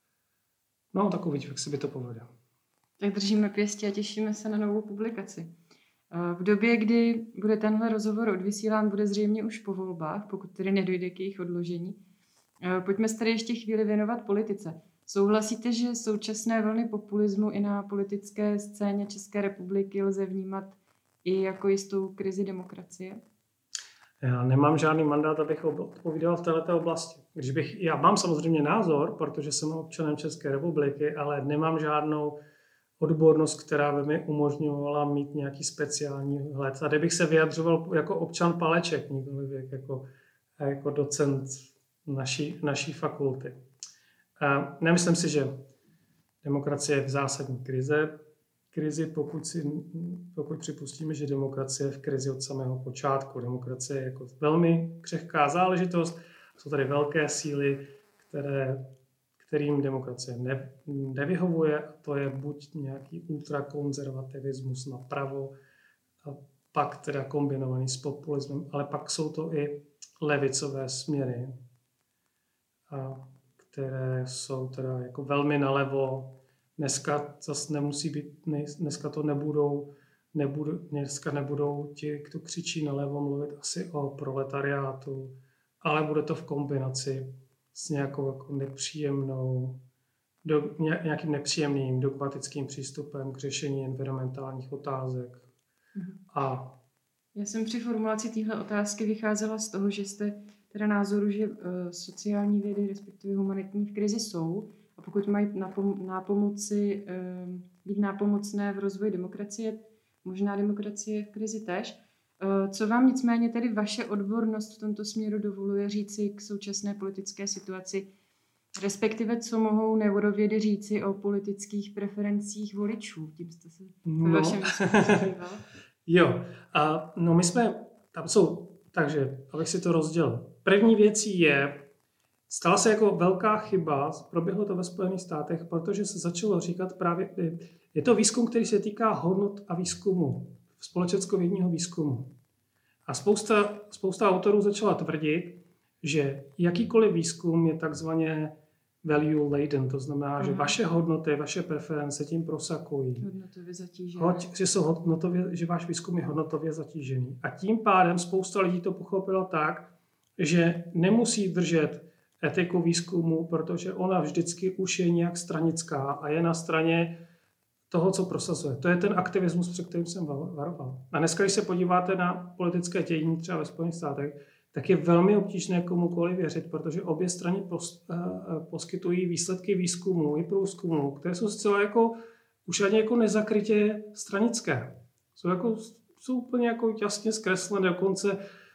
S2: No, tak uvidíme, jak se by to povede.
S1: Tak držíme pěstí a těšíme se na novou publikaci. V době, kdy bude tenhle rozhovor odvysílán, bude zřejmě už po volbách, pokud tedy nedojde k jejich odložení. Pojďme se tady ještě chvíli věnovat politice. Souhlasíte, že současné vlny populismu i na politické scéně České republiky lze vnímat i jako jistou krizi demokracie?
S2: Já nemám žádný mandát, abych odpovídal v této oblasti. Když bych, já mám samozřejmě názor, protože jsem občanem České republiky, ale nemám žádnou odbornost, která by mi umožňovala mít nějaký speciální vhled. Tady bych se vyjadřoval jako občan Paleček, nikoliv jako, jako docent naší, naší fakulty. A nemyslím si, že demokracie je v zásadní krize. Krizi, pokud, si, pokud připustíme, že demokracie je v krizi od samého počátku. Demokracie je jako velmi křehká záležitost. Jsou tady velké síly, které, kterým demokracie ne, nevyhovuje. A to je buď nějaký ultrakonzervativismus napravo, a pak teda kombinovaný s populismem, ale pak jsou to i levicové směry, a které jsou teda jako velmi nalevo. Dneska zase nemusí být, dneska to nebudou, nebudou, dneska nebudou ti, kdo křičí nalevo, mluvit asi o proletariátu, ale bude to v kombinaci s nějakou jako nepříjemnou, do, nějakým nepříjemným dogmatickým přístupem k řešení environmentálních otázek.
S1: Mhm.
S2: A
S1: já jsem při formulaci téhle otázky vycházela z toho, že jste teda názoru, že uh, sociální vědy, respektive humanitní v krizi jsou, a pokud mají napom- nápomoci, uh, být nápomocné v rozvoji demokracie, možná demokracie v krizi též. Uh, co vám nicméně tedy vaše odbornost v tomto směru dovoluje říci k současné politické situaci, respektive co mohou neurovědy říci o politických preferencích voličů? Tím jste se ve
S2: no.
S1: vašem výzkumu zabýval.
S2: Jo, a no my jsme, tam jsou, takže, abych si to rozdělil. První věcí je, stala se jako velká chyba, proběhlo to ve Spojených státech, protože se začalo říkat právě, je to výzkum, který se týká hodnot a výzkumu, společenskovědního výzkumu. A spousta, spousta autorů začala tvrdit, že jakýkoliv výzkum je takzvaně value laden, to znamená, Aha. že vaše hodnoty, vaše preference tím prosakují.
S1: Hodnotově zatížené.
S2: Hoď, že, jsou hodnotově, že váš výzkum je hodnotově zatížený. A tím pádem spousta lidí to pochopilo tak, že nemusí držet etiku výzkumu, protože ona vždycky už je nějak stranická a je na straně toho, co prosazuje. To je ten aktivismus, před kterým jsem varoval. A dneska, když se podíváte na politické dění třeba ve Spojených státech, tak je velmi obtížné komukoliv věřit, protože obě strany pos, uh, poskytují výsledky výzkumu i průzkumu, které jsou zcela jako, už ani jako nezakrytě stranické. Jsou, jako, jsou úplně jako jasně zkreslené, dokonce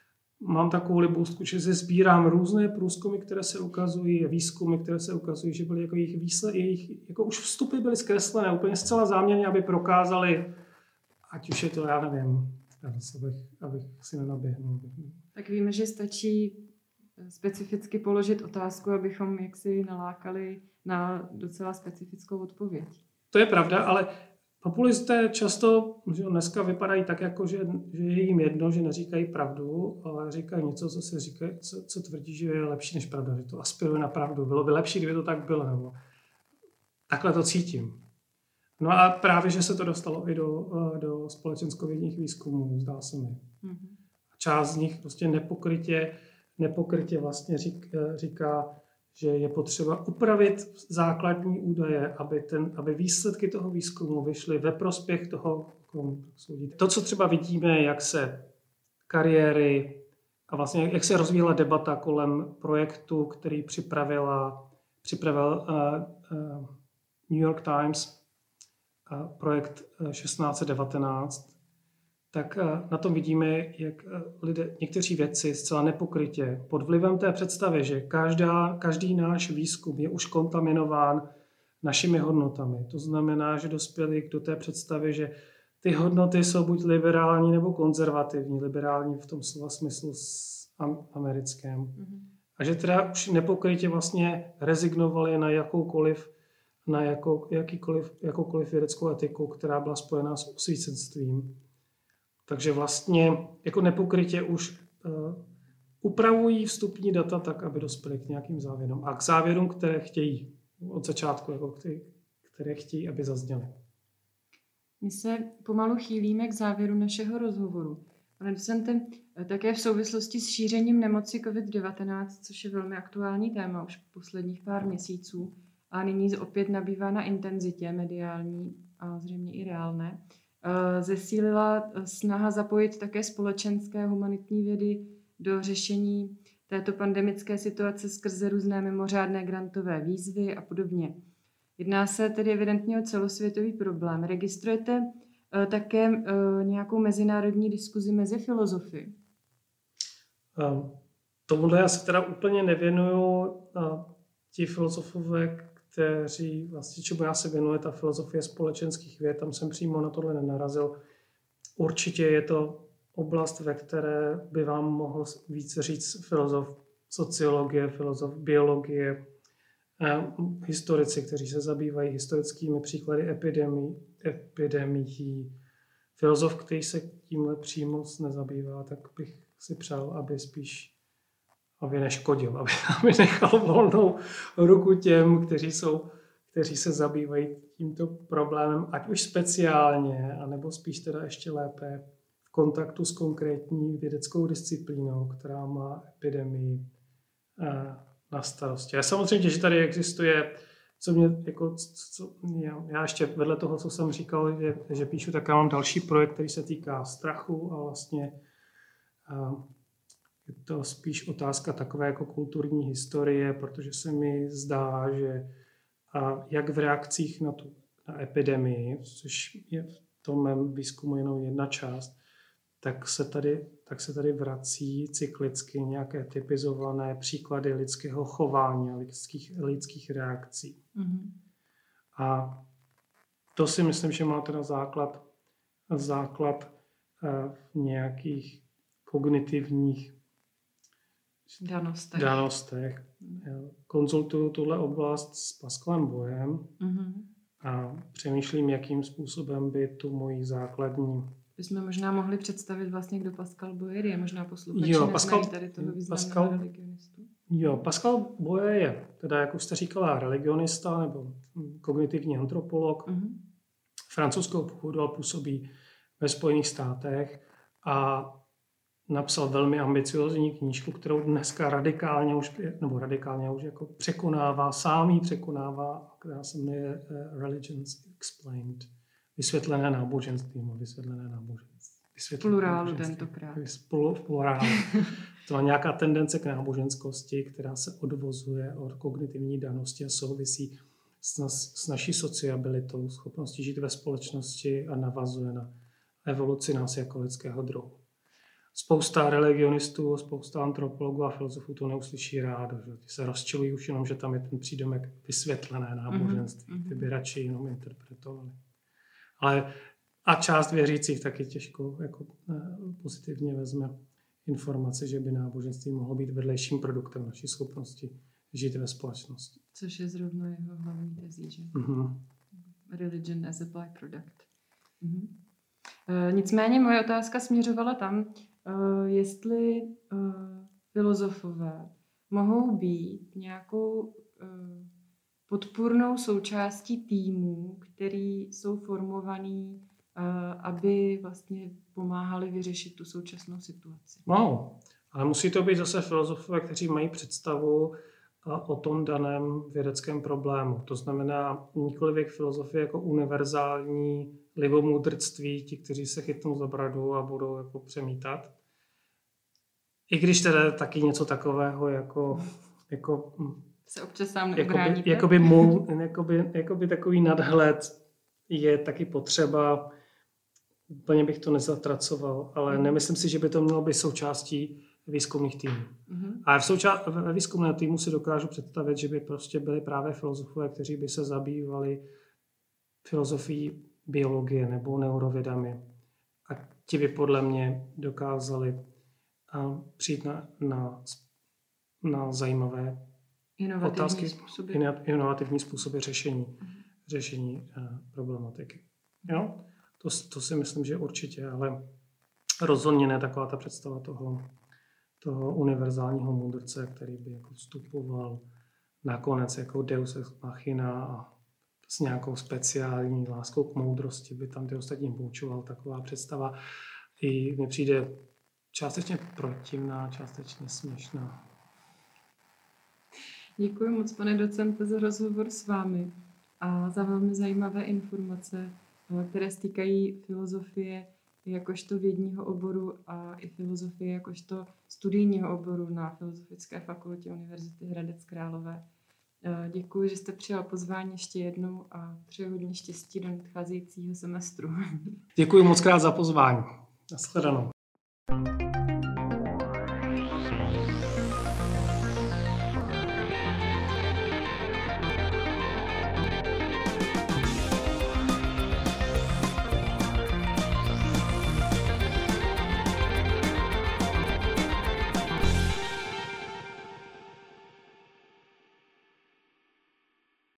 S2: mám takovou libůstku, že se sbírám různé průzkumy, které se ukazují, výzkumy, které se ukazují, že byly jako jejich výsled, jejich, jako už vstupy byly zkreslené, úplně zcela záměrně, aby prokázali, ať už je to, já nevím, abych, abych si nenaběhnul.
S1: Tak víme, že stačí specificky položit otázku, abychom jaksi nalákali na docela specifickou odpověď.
S2: To je pravda, ale populisté často, že dneska vypadají tak, jako že, že je jim jedno, že neříkají pravdu, ale říkají něco, co se říká, co, co tvrdí, že je lepší než pravda, že to aspiruje na pravdu. Bylo by lepší, kdyby to tak bylo, nebo takhle to cítím. No a právě, že se to dostalo i do, do společenskovědních výzkumů, zdá se mi. Mm-hmm. Část z nich prostě nepokrytě, nepokrytě vlastně řík, říká, že je potřeba upravit základní údaje, aby, ten, aby výsledky toho výzkumu vyšly ve prospěch toho, komu soudíte. To, co třeba vidíme, jak se kariéry a vlastně jak se rozvíjela debata kolem projektu, který připravila, připravil uh, uh, New York Times, uh, projekt šestnáct set devatenáct, tak na tom vidíme, jak lidé, někteří vědci zcela nepokrytě pod vlivem té představy, že každá, každý náš výzkum je už kontaminován našimi hodnotami. To znamená, že dospěli do té představy, že ty hodnoty jsou buď liberální nebo konzervativní, liberální v tom slova smyslu americkém. Mm-hmm. A že teda už nepokrytě vlastně rezignovali na jakoukoliv na jako, jakýkoliv, jakoukoliv vědeckou etiku, která byla spojená s osvícenstvím. Takže vlastně jako nepokrytě už uh, upravují vstupní data tak, aby dospěli k nějakým závěrům. A k závěrům, které chtějí od začátku, jako které, které chtějí, aby zazněly.
S1: My se pomalu chýlíme k závěru našeho rozhovoru. Pane docente, také v souvislosti s šířením nemoci covid devatenáct, což je velmi aktuální téma už posledních pár měsíců, a nyní opět nabývá na intenzitě mediální a zřejmě i reálné, zesílila snaha zapojit také společenské humanitní vědy do řešení této pandemické situace skrze různé mimořádné grantové výzvy a podobně. Jedná se tedy evidentně o celosvětový problém. Registrujete uh, také uh, nějakou mezinárodní diskuzi mezi filozofy?
S2: Um, tomuhle já se teda úplně nevěnuju. Uh, ti filozofové, kteří vlastně, čemu já se věnuju, ta filozofie společenských věd, tam jsem přímo na tohle nenarazil. Určitě je to oblast, ve které by vám mohl více říct filozof sociologie, filozof biologie, historici, kteří se zabývají historickými příklady epidemii, epidemií. Filozof, který se tímhle přímo nezabývá, tak bych si přál, aby spíš aby neškodil, aby, aby nechal volnou ruku těm, kteří, jsou, kteří se zabývají tímto problémem, ať už speciálně, anebo spíš teda ještě lépe v kontaktu s konkrétní vědeckou disciplínou, která má epidemii na starosti. A samozřejmě, že tady existuje, co mě, jako, co, já, já ještě vedle toho, co jsem říkal, že, že píšu, tak já mám další projekt, který se týká strachu a vlastně a je to spíš otázka takové jako kulturní historie, protože se mi zdá, že a jak v reakcích na tu na epidemii, což je v tom mém výzkumu jenom jedna část, tak se tady, tak se tady vrací cyklicky nějaké typizované příklady lidského chování a lidských, lidských reakcí. Mm-hmm. A to si myslím, že má teda základ, základ v nějakých kognitivních
S1: danostech.
S2: danostech. Konzultuju tuhle oblast s Pascalem Boyem mm-hmm. a přemýšlím, jakým způsobem by tu moji základní
S1: bychom možná mohli představit vlastně, kdo Pascal Boyer je. Možná posluchači
S2: jo,
S1: neznají
S2: Pascal,
S1: tady toho významného
S2: Pascal,
S1: religionistu.
S2: Jo, Pascal Boyer je, teda jak už jste říkala, religionista nebo kognitivní antropolog. Mm-hmm. Francouzského původu, ale působí ve Spojených státech a napsal velmi ambiciozní knížku, kterou dneska radikálně už, nebo radikálně už jako překonává, sám ji překonává, která se jmenuje Religions Explained. Vysvětlené náboženství, vysvětlené náboženství.
S1: Vysvětlené plurálu náboženství. Tentokrát.
S2: V plurálu. To má nějaká tendence k náboženskosti, která se odvozuje od kognitivní danosti a souvisí s, nas, s naší sociabilitou, schopností žít ve společnosti a navazuje na evoluci nás jako lidského druhu. Spousta religionistů, spousta antropologů a filozofů to neuslyší rádo. Že? Ty se rozčilují už jenom, že tam je ten přídomek vysvětlené náboženství. Ty by radši jenom interpretovali. Ale a část věřících taky těžko jako, pozitivně vezme informaci, že by náboženství mohlo být vedlejším produktem naší schopnosti žít ve společnosti.
S1: Což je zrovna jeho hlavní tezí, že? Mm-hmm. Religion as a byproduct. Mm-hmm. E, nicméně moje otázka směřovala tam, e, jestli e, filozofové mohou být nějakou e, podpůrnou součástí týmů, který jsou formovaný, aby vlastně pomáhali vyřešit tu současnou situaci.
S2: No, ale musí to být zase filozofové, kteří mají představu o tom daném vědeckém problému. To znamená nikoliv filozofie jako univerzální libomudrctví, ti, kteří se chytnou za bradu a budou jako přemítat. I když teda taky něco takového jako... jako
S1: se občas sám neubráníte.
S2: Jakoby, jakoby, jakoby, jakoby takový nadhled je taky potřeba. Úplně bych to nezatracoval, ale mm. nemyslím si, že by to mělo být součástí výzkumných týmů. Mm-hmm. A v souča- ve výzkumném týmu si dokážu představit, že by prostě byli právě filozofové, kteří by se zabývali filozofií biologie nebo neurovědami. A ti by podle mě dokázali přijít na, na, na zajímavé
S1: inovativní
S2: otázky,
S1: způsoby.
S2: inovativní způsoby řešení. Mm-hmm. řešení problematiky. Jo? To, to si myslím, že určitě, ale rozhodně ne taková ta představa toho, toho univerzálního mudrce, který by jako vstupoval nakonec jako deus ex machina a s nějakou speciální láskou k moudrosti by tam ty ostatní poučoval. Taková představa i mně přijde částečně protivná, částečně směšná.
S1: Děkuji moc, pane docente, za rozhovor s vámi a za velmi zajímavé informace, které stýkají filozofie jakožto vědního oboru a i filozofie jakožto studijního oboru na Filozofické fakultě Univerzity Hradec Králové. Děkuji, že jste přijal pozvání ještě jednou a přeji hodně štěstí do nadcházejícího semestru.
S2: Děkuji moc krát za pozvání. Nashledanou.